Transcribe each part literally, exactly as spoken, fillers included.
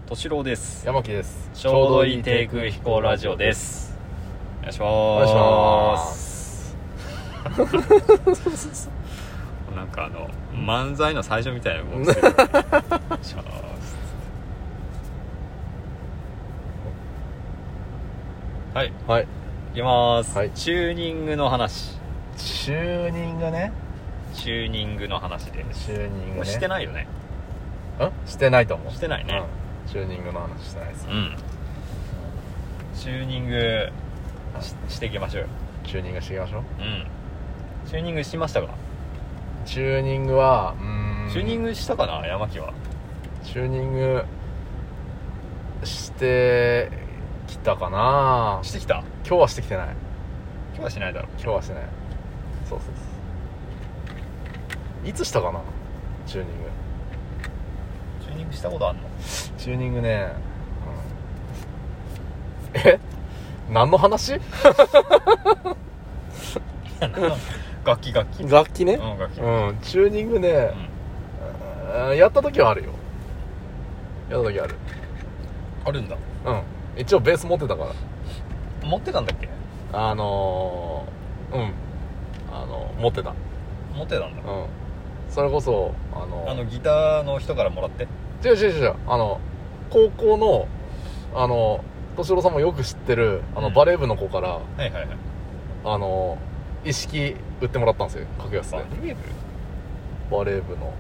敏郎です。 山木です。 ちょうどいい低空飛行ラジオです。お願いします。 お願いします。 なんかあの漫才の最初みたいな動きしてる。お願いします。はいはい、 いきます、 はい、 チューニングの話。 チューニングね。 チューニングの話です。 チューニングね。 してないよね。 んしてないと思う。 してないね、 うん、チューニングの話してないです。 うん、チューニング し, していきましょう。 チューニングしていきましょう。 うんチューニングしましたか。 チューニングはうーんチューニングしたかな。山木はチューニングしてきたかな。 してきた。 今日はしてきてない。 今日はしないだろう。 今日はしてない。そうそうそう。いつしたかなチューニング。 チューニングしたことあんの。 チューニングね、うん、え何の話楽器楽器楽器ね、 うん楽器、 うん、チューニングね、うん、やった時はあるよ。やった時あるあるんだ。 うん一応ベース持ってたから。 持ってたんだっけ。 あのー、うんあの持ってた持ってたんだ。 うんそれこそあのあのギターの人からもらって。 違う違う違うあの高校のあの敏郎さんもよく知ってるあの、うん、バレー部の子から、 はいはいはい、 あの一式売ってもらったんですよ、格安で。 バレー部バレー部の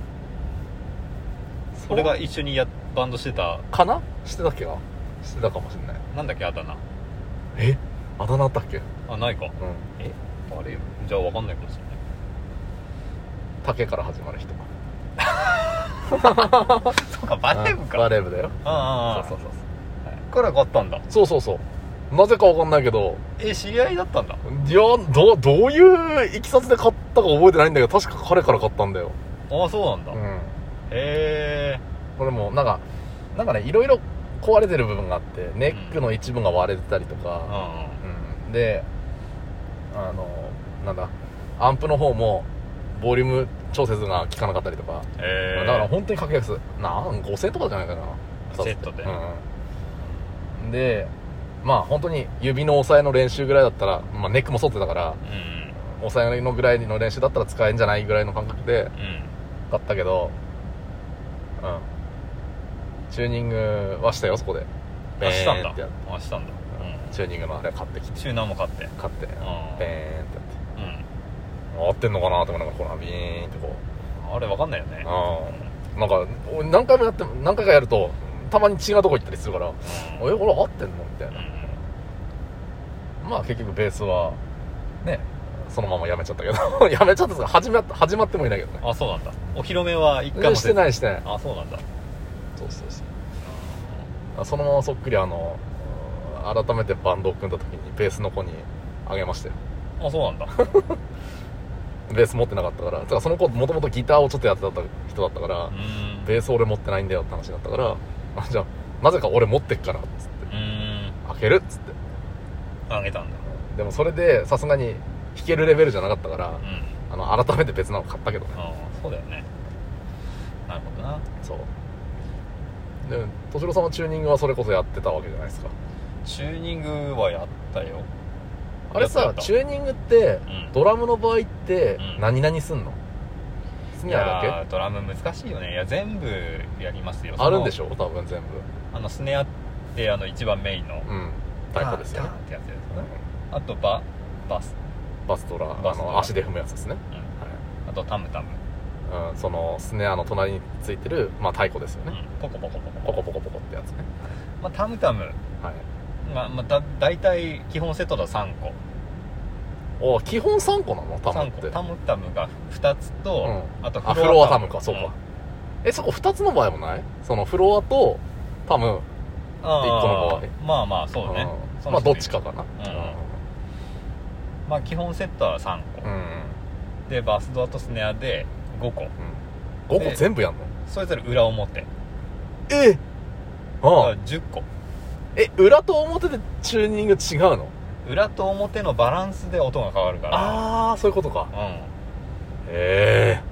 それが一緒にやバンドしてたかな。してたっけな。してたかもしれない。 なんだっけあだ名。 えあだ名あったっけ。 あないか、 うん、 えバレー部じゃあ分かんないかもしれない。 竹から始まる人そうかバレー部か。 バレー部だよ。 ああそうそうそうそう、 はい、から買ったんだ。そうそうそうなぜか分かんないけど。 え知り合いだったんだ。 いや ど, どういういきさつで買ったか覚えてないんだけど、確か彼から買ったんだよ。 ああそうなんだ、うん、へえ。 これもなんかなんかねいろいろ壊れてる部分があって、ネックの一部が割れてたりとか、うんうん、であのなんだアンプの方もボリューム調節が効かなかったりとか、 へー、 だから本当に格安なんごせんえんとかじゃないかなセットで、 うん、でまあ本当に指の押さえの練習ぐらいだったら、まあ、ネックも反ってたから、うん、押さえのぐらいの練習だったら使えんじゃないぐらいの感覚で買ったけど、うん、チューニングはしたよそこで。 ベーンってやってあしたんだ、 うん、チューニングのあれ買ってきて、 チューナーも買って買ってベーンってやって、 うん、 合ってんのかなと思いながらこうビーンってこうあれ分かんないよね。 うん、なんか何回もやって何回かやるとたまに違うとこ行ったりするから、うん、えこれ合ってんのみたいな、うん、まあ結局ベースはねそのままやめちゃったけどやめちゃった始まった始まってもいないけどね。 あそうなんだ。お披露目は一回もしてないしてない。 あそうなんだ。 そうそうそう、そのままそっくりあの改めてバンドを組んだ時にベースの子にあげましたよ。あそうなんだベース持ってなかったから、だからその子もともとギターをちょっとやってた人だったから、うんベース俺持ってないんだよって話だったから、あじゃあなぜか俺持ってっからっつって、うん開けるっつってあげたんだ。 でもそれでさすがに弾けるレベルじゃなかったから、うん、あの改めて別なの買ったけどね。 あそうだよね。なるほどな。 そうで敏郎さんはチューニングはそれこそやってたわけじゃないですか。 チューニングはやったよ。 あれさチューニングって、うん、ドラムの場合って何々すんの、うん、スネアだけ。いやドラム難しいよね。いや全部やりますよ。 あるんでしょ多分全部。 あのスネアってあの一番メインの、 うん、タイプですよねってやつですね、うん、あとババスバストラあの足で踏むやつですね、うんはい、 あとタムタム、 うん、そのスネアの隣についてる、まあ、太鼓ですよね、 うん、ポコポコポコポコポコポコってやつね、 まあ、タムタム、はいまあまあ、だ大体基本セットださんこ。 お基本さんこなのタムって。 タムタムがふたつと、うん、あとフロアタム。 あフロアタムかそうか、うん、えそこふたつの場合もないそのフロアとタムいっこの場合。 まあまあそうね、 うん、まあどっちかかな、うんうん、まあ基本セットはさんこ、うん、でバスドアとスネアでごこ、 うん、ごこ全部やんの。 それぞれ裏表えああじゅっこ。 え裏と表でチューニング違うの。 裏と表のバランスで音が変わるから。 ああそういうことか。うんへえ。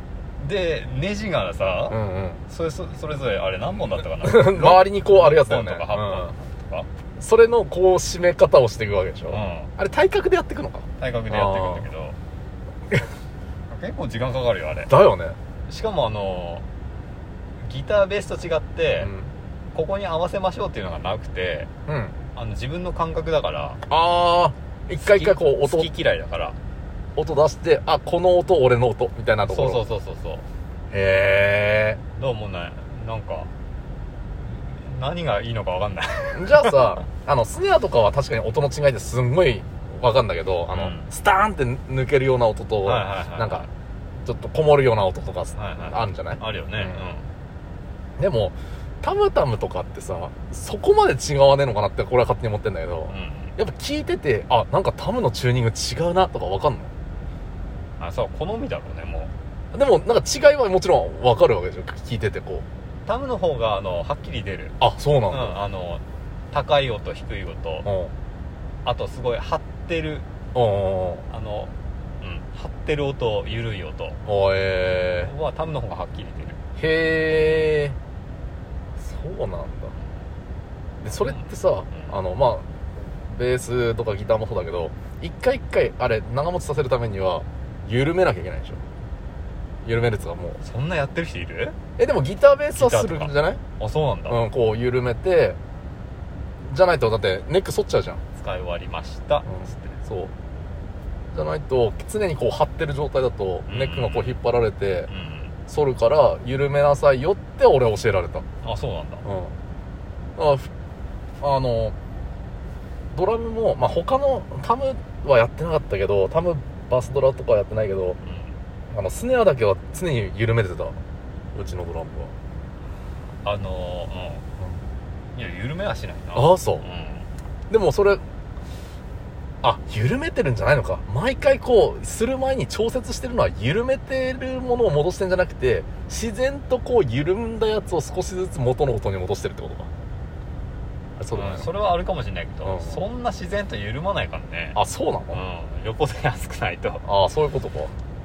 でネジがさ、 うんうん、 それそれぞれあれ何本だったかな周りにこうあるやつだよねろっぽんとかはっぽんとか、 うん、それのこう締め方をしていくわけでしょ、うん、あれ体格でやっていくのか体格でやっていくんだけど結構時間かかるよあれだよね。しかもあのギターベースと違って、うん、ここに合わせましょうっていうのがなくて、うん、あの自分の感覚だから、 ああ一回一回こう音好き嫌いだから音出して、あこの音俺の音みたいなところ。 そうそうそうそう。 へえ。 どうもないなんか何がいいのか分かんないじゃあさあのスネアとかは確かに音の違いってすんごい分かんだけど、あの、うん、スターンって抜けるような音と、はいはいはいはい、なんかちょっとこもるような音とか、はいはい、あるんじゃない？ あるよね、 うん、でもタムタムとかってさそこまで違わねえのかなってこれは勝手に思ってんだけど、うん、やっぱ聞いててあなんかタムのチューニング違うなとか分かんない？ あそう好みだろうね。もうでもなんか違いはもちろん分かるわけでしょ聞いてて。こうタムの方があのはっきり出る。 あそうなんだ、 うん、あの高い音低い音、あとすごい張ってるあの、うん、張ってる音緩い音はタムの方がはっきり出る。 へえそうなんだ。でそれってさ、うん、あのまあベースとかギターもそうだけど一回一回あれ長持ちさせるためには緩めなきゃいけないでしょ。緩めるやつがもうそんなやってる人いる？ えでもギターベースはするんじゃない？ あそうなんだ。 うんこう緩めてじゃないとだってネック反っちゃうじゃん。 使い終わりました、うん、つってそうじゃないと常にこう張ってる状態だとネックがこう引っ張られて、うん、反るから緩めなさいよって俺は教えられた。 あそうなんだ。 うんああのドラムも、まあ、他のタムはやってなかったけどタムバスドラとかはやってないけど、うん、あのスネアだけは常に緩めてたうちのドラムは。あのー、うん、いや緩めはしないな。 ああそう、うん、でもそれあ緩めてるんじゃないのか。毎回こうする前に調節してるのは緩めてるものを戻してんじゃなくて自然とこう緩んだやつを少しずつ元の音に戻してるってことか。 そうだね、うん、それはあるかもしれないけど、うん、そんな自然と緩まないからね。 あそうなの、 うん、横で安くないと。 ああそういうことか。うん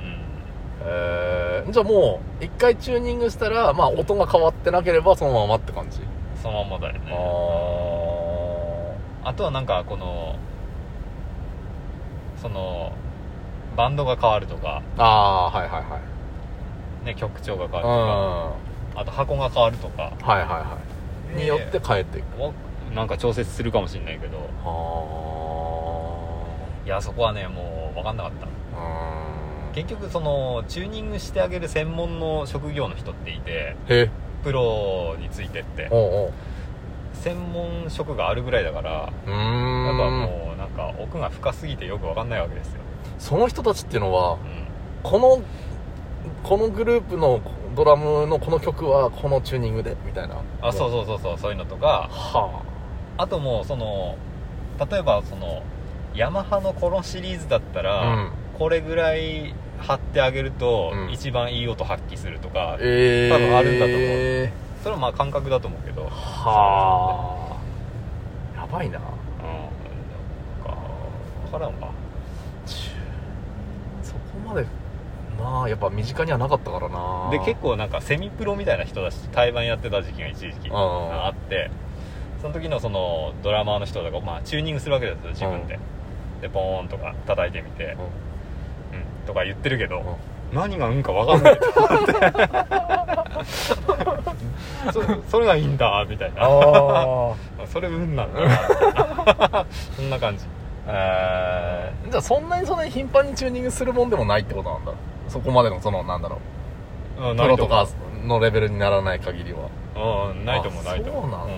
えー、じゃあもう一回チューニングしたら、まあ、音が変わってなければそのままって感じ。 そのままだよね。ああとはなんかこのそのバンドが変わるとか。 ああーはいはいはいね曲調が変わるとか、あと箱が変わるとかはいはいはいによって変えていく。 なんか調節するかもしれないけど、いやそこはねもう分かんなかった。結局そのチューニングしてあげる専門の職業の人っていて、プロについてっておうおう専門職があるぐらいだから、うーんやっぱもうなんか奥が深すぎてよく分かんないわけですよ。 その人たちっていうのは、うん、このこのグループのドラムのこの曲はこのチューニングでみたいな。 あそうそうそうそうそういうのとか、はあ、あともうその例えばそのヤマハのこのシリーズだったら、うん、これぐらい張ってあげると、うん、一番いい音発揮するとか、えー、多分あるんだと思う。それはまあ感覚だと思うけど。 はあやばいな。うんなんか分からんわ。 そこまでまあやっぱ身近にはなかったからな。 で結構なんかセミプロみたいな人だし対バンやってた時期が一時期あって、その時のそのドラマーの人とか、まあ、チューニングするわけですよ自分で、うん、でポーンとか叩いてみて、うんうん、とか言ってるけど、うん、何がうんか分かんないと思ってそ, それがいいんだみたいなあそれうんなんだなそんな感じ。 えー、じゃあそんなにそんなに頻繁にチューニングするもんでもないってことなんだ。そこまでのそのなんだろうプロとかのレベルにならない限りは。 うん、ないともないとも。 そうなんだ、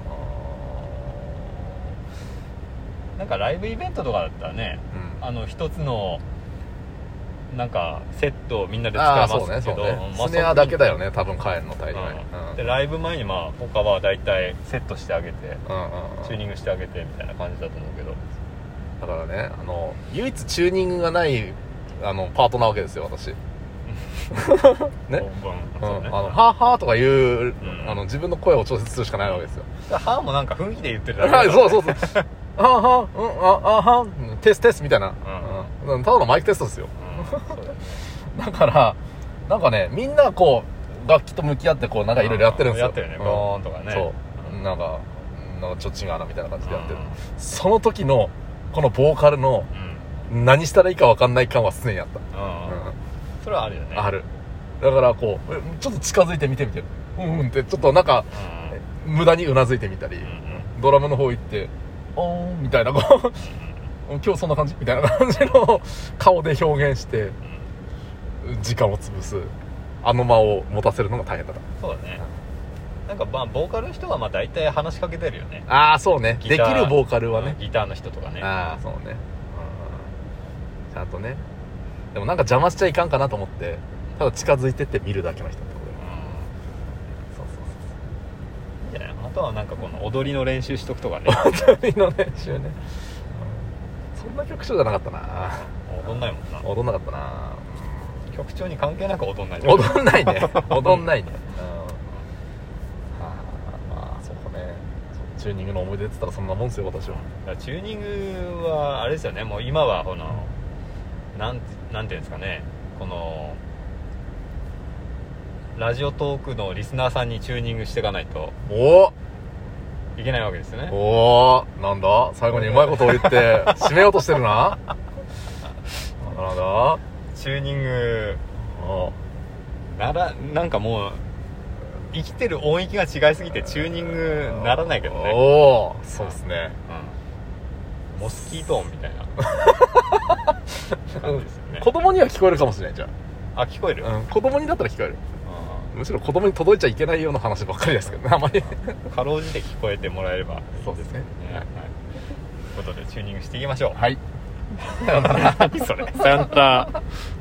うん、なんかライブイベントとかだったらね、うん、あの一つのなんかセットをみんなで使いますけど、あそうねそうね、 まあ、スネアだけだよね多分帰るの大概、 うんうん、でライブ前にまあ他はだいたいセットしてあげて、うんうんうん、チューニングしてあげてみたいな感じだと思うけど、 だからねあの唯一チューニングがないあのパートなわけですよ私ね、うん、あのハーハーとかいう、うん、あの自分の声を調節するしかないわけですよ。 ハーもなんか雰囲気で言ってるだけだそうそうそうハーハーうんああはテステスみたいな、うんうん、ただのマイクテストですよ、うん、そうだね、だからなんかねみんなこう楽器と向き合ってこうなんかいろいろやってるんですよ。 やってるね、ボーンとかね。 そう、なんかなんかちょっと違うなみたいな感じでやってる。その時のこのボーカルの何したらいいか分かんない感は常にあった。 うん、それはあるよね。 ある。だからこうちょっと近づいてみてみてうんうんってちょっとなんか、うん、無駄にうなずいてみたり、うんうん、ドラムの方行っておーんみたいなこう今日そんな感じみたいな感じの顔で表現して時間を潰す、あの間を持たせるのが大変だった。 そうだね。なんかまあボーカルの人はまあ大体話しかけてるよね。 ああそうね、できるボーカルはね、 ギターの人とかね。 ああそうね、うん、ちゃんとね。でもなんか邪魔しちゃいかんかなと思ってただ近づいてって見るだけの人ってことで、うん、そうそうそうそういいんじゃない。あとはなんかこの踊りの練習しとくとかね。 踊りの練習ね、うん、そんな曲調じゃなかったな。 踊んないもんな。 踊んなかったな。 曲調に関係なく踊んない。 踊んないね踊んないね、うん、はあ、まあそうかね。チューニングの思い出って言ったらそんなもんですよ私は。 チューニングはあれですよね、もう今はこのなんなんていうんですかね、このラジオトークのリスナーさんにチューニングしていかないとおいけないわけですよね。 おー、なんだ最後にうまいことを言って締めようとしてるな。なんだチューニングならなんかもう生きてる音域が違いすぎてチューニングならないけどね。 おおそうですね、 うん、モスキート音みたいな感じですよね。 子供には聞こえるかもしれない。じゃああ聞こえる、 うん、子供にだったら聞こえる。むしろ子供に届いちゃいけないような話ばっかりですけどね、あまりかろうじて聞こえてもらえればいいですね。 そうですね、 はいはい、ということでチューニングしていきましょう。 はい何それさよなら。